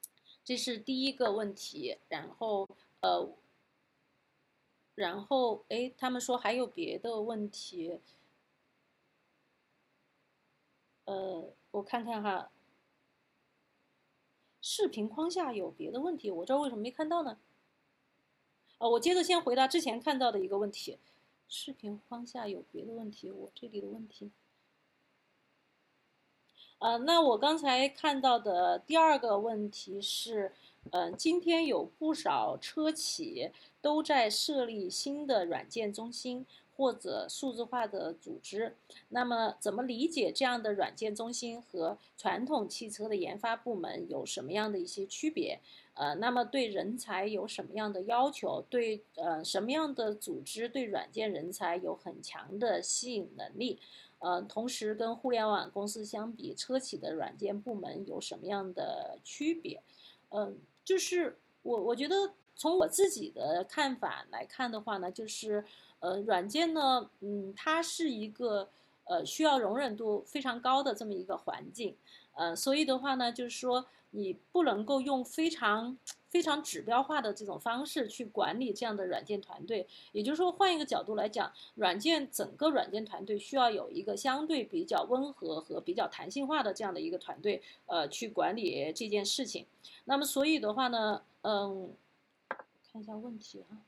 这是第一个问题。然后哎，他们说还有别的问题，我看看哈，视频框架有别的问题，我这为什么没看到呢？我接着先回答之前看到的一个问题，视频框架有别的问题，我这里的问题。那我刚才看到的第二个问题是，今天有不少车企都在设立新的软件中心或者数字化的组织。那么，怎么理解这样的软件中心和传统汽车的研发部门有什么样的一些区别？那么对人才有什么样的要求？对什么样的组织对软件人才有很强的吸引能力？同时跟互联网公司相比，车企的软件部门有什么样的区别？就是我觉得从我自己的看法来看的话呢，就是软件呢，它是一个需要容忍度非常高的这么一个环境，所以的话呢，就是说你不能够用非常指标化的这种方式去管理这样的软件团队。也就是说，换一个角度来讲，整个软件团队需要有一个相对比较温和和比较弹性化的这样的一个团队，去管理这件事情。那么，所以的话呢，看一下问题啊。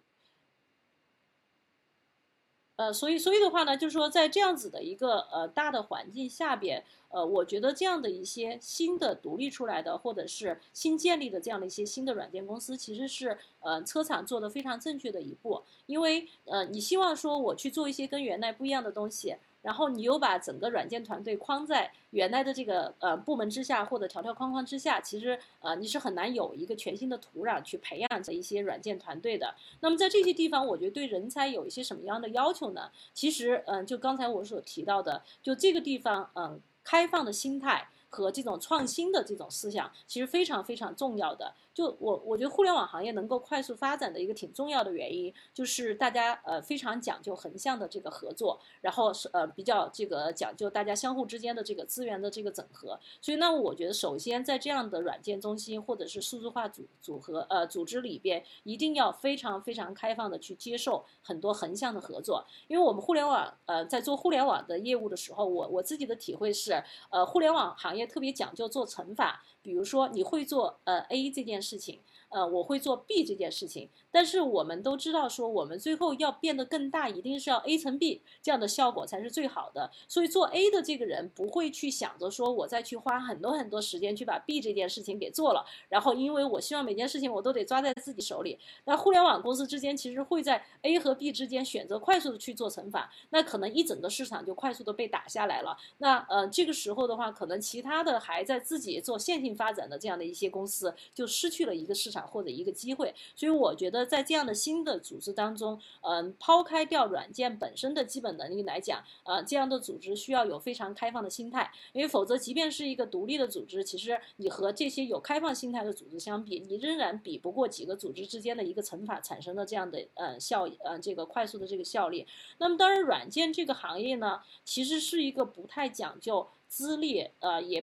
所以的话呢，就是说在这样子的一个大的环境下边，我觉得这样的一些新的独立出来的或者是新建立的这样的一些新的软件公司，其实是车厂做的非常正确的一步，因为你希望说我去做一些跟原来不一样的东西，然后你又把整个软件团队框在原来的这个部门之下或者条条框框之下，其实你是很难有一个全新的土壤去培养这一些软件团队的。那么在这些地方，我觉得对人才有一些什么样的要求呢？其实，就刚才我所提到的，就这个地方，开放的心态和这种创新的这种思想，其实非常非常重要的。就我觉得互联网行业能够快速发展的一个挺重要的原因，就是大家非常讲究横向的这个合作，然后是比较这个讲究大家相互之间的这个资源的这个整合。所以呢，我觉得首先在这样的软件中心或者是数字化组织里边，一定要非常非常开放的去接受很多横向的合作。因为我们互联网在做互联网的业务的时候，我自己的体会是，互联网行业特别讲究做乘法。比如说你会做A 这件事情，我会做 B 这件事情，但是我们都知道说我们最后要变得更大，一定是要 A 乘 B 这样的效果才是最好的。所以做 A 的这个人不会去想着说我再去花很多很多时间去把 B 这件事情给做了，然后因为我希望每件事情我都得抓在自己手里。那互联网公司之间其实会在 A 和 B 之间选择快速的去做乘法，那可能一整个市场就快速的被打下来了。那这个时候的话，可能其他的还在自己做线性发展的这样的一些公司就失去了一个市场或者一个机会。所以我觉得在这样的新的组织当中，抛开掉软件本身的基本能力来讲，这样的组织需要有非常开放的心态，因为否则即便是一个独立的组织，其实你和这些有开放心态的组织相比，你仍然比不过几个组织之间的一个乘法产生的这样的这个快速的这个效率。那么当然，软件这个行业呢，其实是一个不太讲究资历，也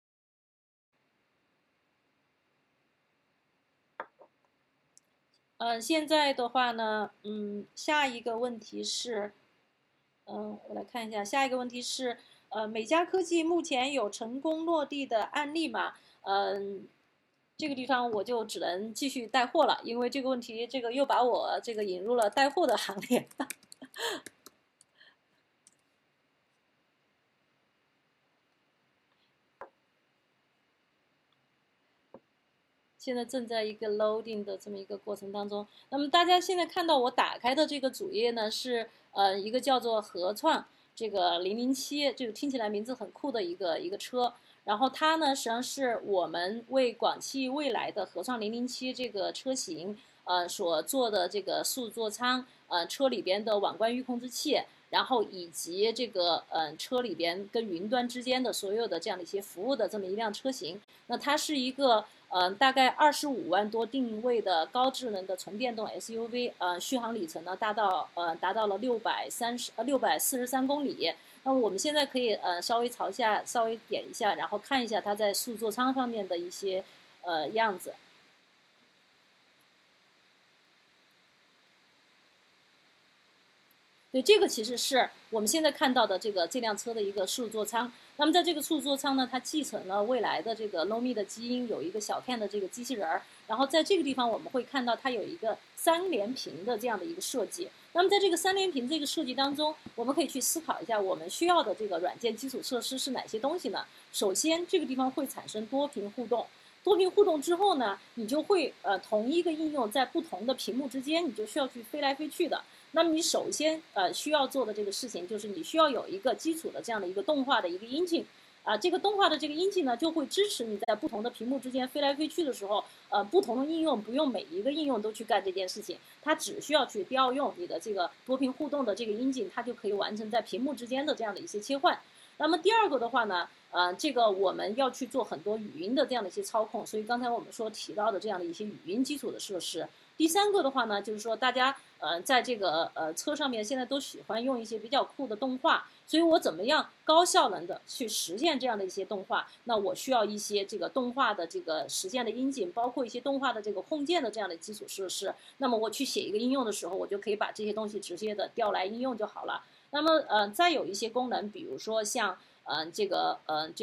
现在的话呢，下一个问题是，我来看一下，下一个问题是，美嘉科技目前有成功落地的案例吗？这个地方我就只能继续带货了，因为这个问题，这个又把我这个引入了带货的行列。现在正在一个 loading 的这么一个过程当中。那么大家现在看到我打开的这个主页呢，是一个叫做合创这个007，这个听起来名字很酷的一个车。然后它呢，实际上是我们为广汽未来的合创007这个车型所做的这个数座舱，车里边的网关预控制器。然后以及这个车里边跟云端之间的所有的这样的一些服务的这么一辆车型，那它是一个大概25万多定位的高智能的纯电动 SUV，续航里程呢达到了643公里。那我们现在可以稍微点一下，然后看一下它在数座舱方面的一些样子。 对，这个其实是我们现在看到的这辆车的一个数字座舱。那么在这个数字座舱呢，它继承了未来的这个 Lomi 的基因，有一个小片的这个机器人儿。然后在这个地方我们会看到它有一个3连屏的这样的一个设计。那么在这个3连屏这个设计当中，我们可以去思考一下我们需要的这个软件基础设施是哪些东西呢？首先，这个地方会产生多屏互动。多屏互动之后呢，你就会同一个应用在不同的屏幕之间，你就需要去飞来飞去的。那么你首先需要做的这个事情就是你需要有一个基础的这样的一个动画的一个引擎。这个动画的这个引擎呢，就会支持你在不同的屏幕之间飞来飞去的时候，不同的应用不用每一个应用都去干这件事情，它只需要去调用你的这个多屏互动的这个引擎，它就可以完成在屏幕之间的这样的一些切换。那么第二个的话呢，这个我们要去做很多语音的这样的一些操控，所以刚才我们说提到的这样的一些语音基础的设施。第三个的话呢，就是说大家在这个车上面现在都喜欢用一些比较酷的动画，所以我怎么样高效能的去实现这样的一些动画？那我需要一些这个动画的这个实现的引擎，包括一些动画的这个控件的这样的基础设施。那么我去写一个应用的时候，我就可以把这些东西直接的调来应用就好了。那么再有一些功能，比如说像这个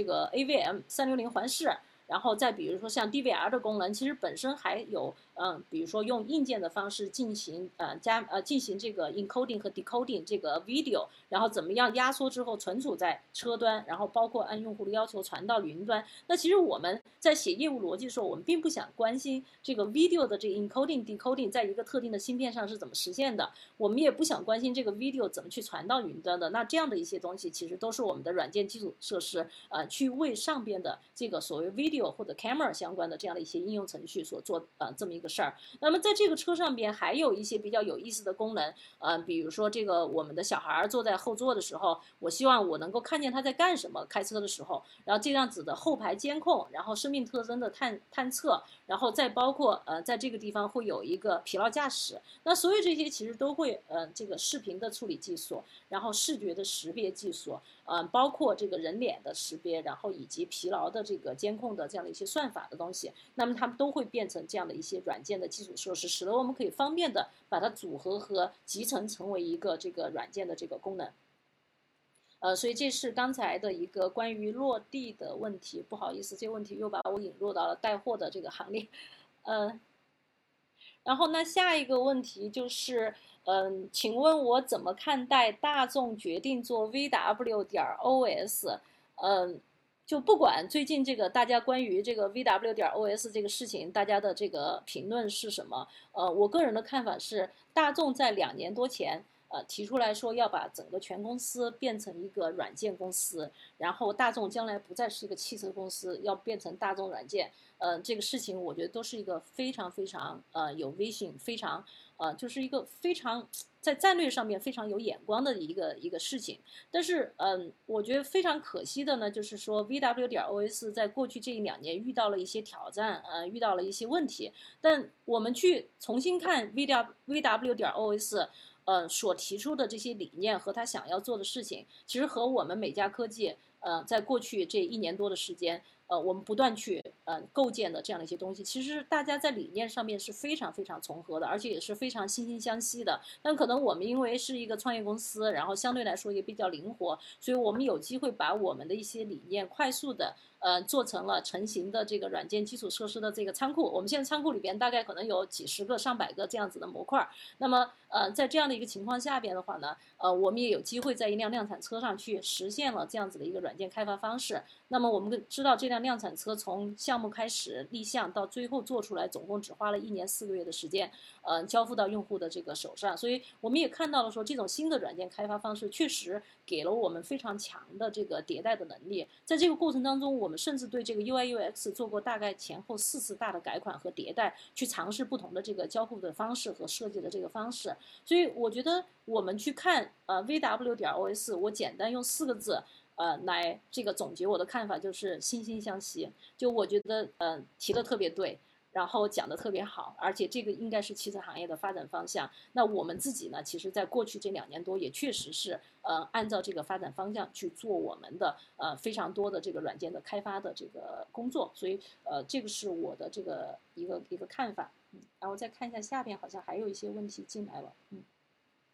AVM 360环视，然后再比如说像 DVR 的功能，其实本身还有比如说用硬件的方式进行进行这个 encoding 和 decoding 这个 video， 然后怎么样压缩之后存储在车端，然后包括按用户的要求传到云端。那其实我们在写业务逻辑的时候，我们并不想关心这个 video 的这个 encoding decoding 在一个特定的芯片上是怎么实现的，我们也不想关心这个 video 怎么去传到云端的。那这样的一些东西其实都是我们的软件基础设施去为上边的这个所谓 video 或者 camera 相关的这样的一些应用程序所做这么一个事儿。那么在这个车上边还有一些比较有意思的功能，比如说这个我们的小孩坐在后座的时候，我希望我能够看见他在干什么，开车的时候，然后这样子的后排监控，然后生命特征的探测，然后再包括在这个地方会有一个疲劳驾驶。那所有这些其实都会这个视频的处理技术，然后视觉的识别技术，包括这个人脸的识别，然后以及疲劳的这个监控的这样的一些算法的东西，那么它们都会变成这样的一些软件的基础设施，使得我们可以方便的把它组合和集成成为一个这个软件的这个功能。所以这是刚才的一个关于落地的问题，不好意思，这个问题又把我引入到了带货的这个行列。然后呢，下一个问题就是，请问我怎么看待大众决定做 VW.OS？就不管最近这个大家关于这个 VW.OS 这个事情，大家的这个评论是什么？我个人的看法是，大众在2年多前。提出来说要把整个全公司变成一个软件公司，然后大众将来不再是一个汽车公司，要变成大众软件。这个事情我觉得都是一个非常非常有 vision，非常就是一个非常在战略上面非常有眼光的一个事情。但是我觉得非常可惜的呢，就是说 VW.OS 在过去这1-2年遇到了一些挑战，遇到了一些问题。但我们去重新看 VW.OS。所提出的这些理念和他想要做的事情，其实和我们美嘉科技，在过去这1年多的时间，我们不断去构建的这样的一些东西，其实大家在理念上面是非常非常重合的，而且也是非常惺惺相惜的。但可能我们因为是一个创业公司，然后相对来说也比较灵活，所以我们有机会把我们的一些理念快速的做成了成型的这个软件基础设施的这个仓库。我们现在仓库里边大概可能有几十个、上百个这样子的模块。那么在这样的一个情况下边的话呢，我们也有机会在一辆量产车上去实现了这样子的一个软件开发方式。那么我们知道这辆量产车从项目开始立项到最后做出来，总共只花了1年4个月的时间，交付到用户的这个手上。所以我们也看到了说，这种新的软件开发方式确实给了我们非常强的这个迭代的能力。在这个过程当中，我们甚至对这个 UI/UX 做过大概前后4次大的改款和迭代，去尝试不同的这个交互的方式和设计的这个方式。所以我觉得我们去看VW.OS， 我简单用4个字来这个总结我的看法，就是惺惺相惜。就我觉得提的特别对，然后讲的特别好，而且这个应该是汽车行业的发展方向。那我们自己呢，其实在过去这2年多也确实是按照这个发展方向去做我们的非常多的这个软件的开发的这个工作。所以这个是我的这个一个看法。然后再看一下下边好像还有一些问题进来了。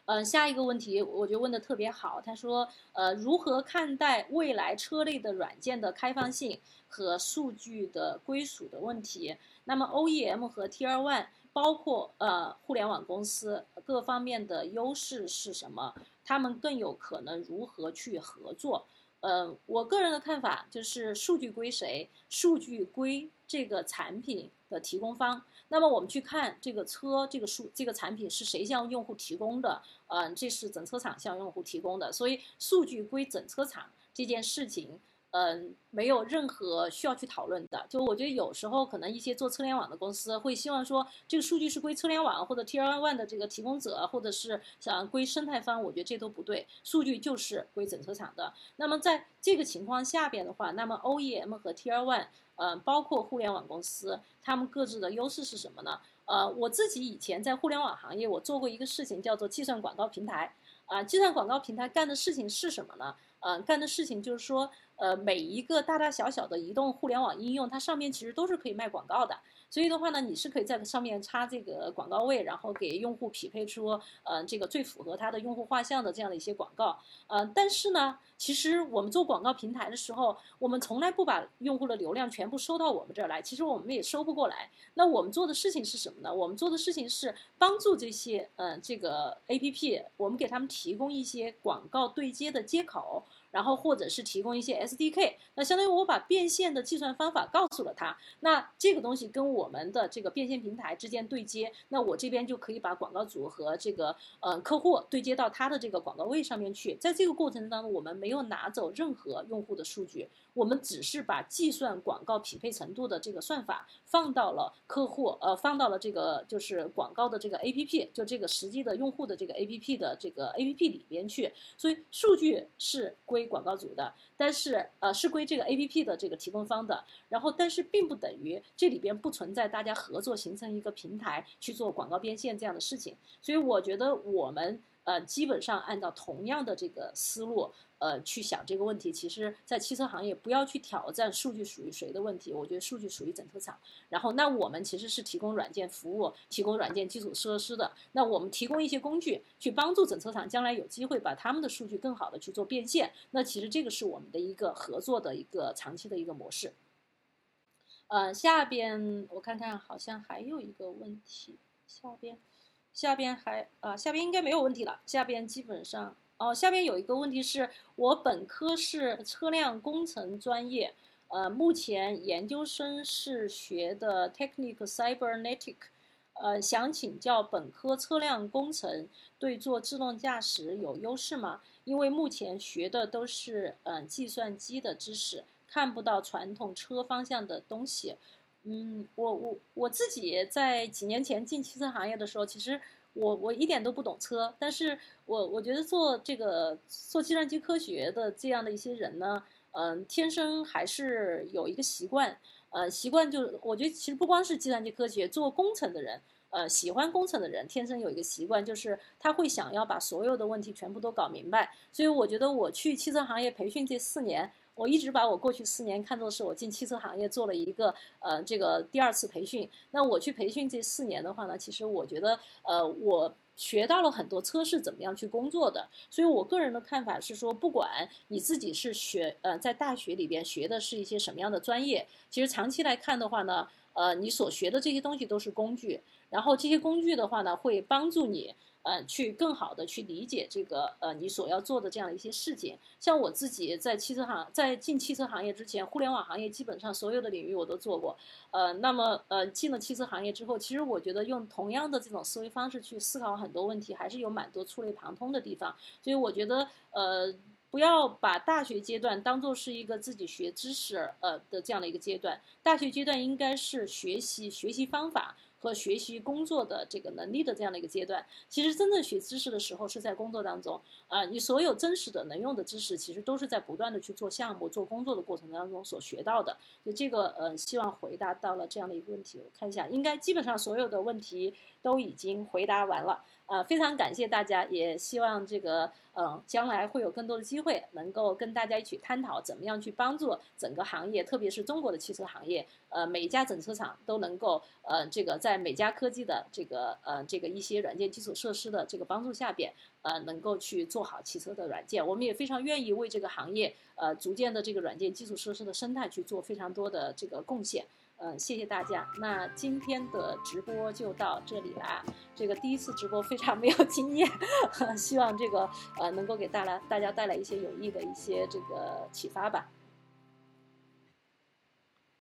下一个问题我觉得问的特别好，他说，如何看待未来车内的软件的开放性和数据的归属的问题？那么 OEM 和 Tier 1包括互联网公司各方面的优势是什么？他们更有可能如何去合作？我个人的看法就是数据归谁？数据归这个产品的提供方。那么我们去看这个车，这个产品是谁向用户提供的？这是整车厂向用户提供的，所以数据归整车厂这件事情。没有任何需要去讨论的。就我觉得有时候可能一些做车联网的公司会希望说，这个数据是归车联网或者 Tier 1的这个提供者，或者是想归生态方，我觉得这都不对。数据就是归整车厂的。那么在这个情况下边的话，那么 OEM 和 Tier 1，包括互联网公司，他们各自的优势是什么呢？我自己以前在互联网行业，我做过一个事情叫做计算广告平台。计算广告平台干的事情是什么呢？干的事情就是说，每一个大大小小的移动互联网应用，它上面其实都是可以卖广告的。所以的话呢，你是可以在上面插这个广告位，然后给用户匹配出这个最符合他的用户画像的这样的一些广告。但是呢，其实我们做广告平台的时候，我们从来不把用户的流量全部收到我们这儿来，其实我们也收不过来。那我们做的事情是什么呢？我们做的事情是帮助这些这个 APP，我们给他们提供一些广告对接的接口。然后或者是提供一些 SDK， 那相当于我把变现的计算方法告诉了他，那这个东西跟我们的这个变现平台之间对接，那我这边就可以把广告主和这个客户对接到他的这个广告位上面去。在这个过程当中，我们没有拿走任何用户的数据，我们只是把计算广告匹配程度的这个算法放到了客户放到了这个就是广告的这个 APP， 就这个实际的用户的这个 APP 的这个 APP 里边去，所以数据是归广告主的，但是是归这个 APP 的这个提供方的，然后但是并不等于这里边不存在大家合作形成一个平台去做广告变现这样的事情。所以我觉得我们基本上按照同样的这个思路去想这个问题，其实在汽车行业不要去挑战数据属于谁的问题，我觉得数据属于整车厂。然后那我们其实是提供软件服务，提供软件基础设施的，那我们提供一些工具去帮助整车厂将来有机会把他们的数据更好的去做变现，那其实这个是我们的一个合作的一个长期的一个模式。下边我看看好像还有一个问题，下边下边应该没有问题了，下边基本上下边有一个问题是我本科是车辆工程专业，目前研究生是学的 Technic Cybernetic，想请教本科车辆工程对做自动驾驶有优势吗？因为目前学的都是计算机的知识，看不到传统车方向的东西。我自己在几年前进汽车行业的时候，其实我一点都不懂车，但是我觉得做计算机科学的这样的一些人呢，天生还是有一个习惯，习惯就是我觉得其实不光是计算机科学，做工程的人。喜欢工程的人天生有一个习惯，就是他会想要把所有的问题全部都搞明白。所以我觉得我去汽车行业培训这4年，我一直把我过去4年看作是我进汽车行业做了一个这个第2次培训。那我去培训这4年的话呢，其实我觉得我学到了很多车是怎么样去工作的。所以我个人的看法是说，不管你自己是在大学里边学的是一些什么样的专业，其实长期来看的话呢，你所学的这些东西都是工具。然后这些工具的话呢，会帮助你去更好的去理解这个你所要做的这样的一些事情。像我自己在进汽车行业之前，互联网行业基本上所有的领域我都做过。那么进了汽车行业之后，其实我觉得用同样的这种思维方式去思考很多问题，还是有蛮多触类旁通的地方。所以我觉得不要把大学阶段当做是一个自己学知识的这样的一个阶段，大学阶段应该是学习方法和学习工作的这个能力的这样的一个阶段。其实真正学知识的时候是在工作当中你所有真实的能用的知识其实都是在不断的去做项目做工作的过程当中所学到的。就这个希望回答到了这样的一个问题。我看一下，应该基本上所有的问题都已经回答完了。非常感谢大家，也希望这个将来会有更多的机会能够跟大家一起探讨怎么样去帮助整个行业，特别是中国的汽车行业，每一家整车厂都能够这个在美嘉科技的这个一些软件基础设施的这个帮助下边， 能够去做好汽车的软件。我们也非常愿意为这个行业逐渐的这个软件基础设施的生态去做非常多的这个贡献。谢谢大家。那今天的直播就到这里啦。这个第一次直播非常没有经验，希望这个能够给大家带来一些有益的一些这个启发吧。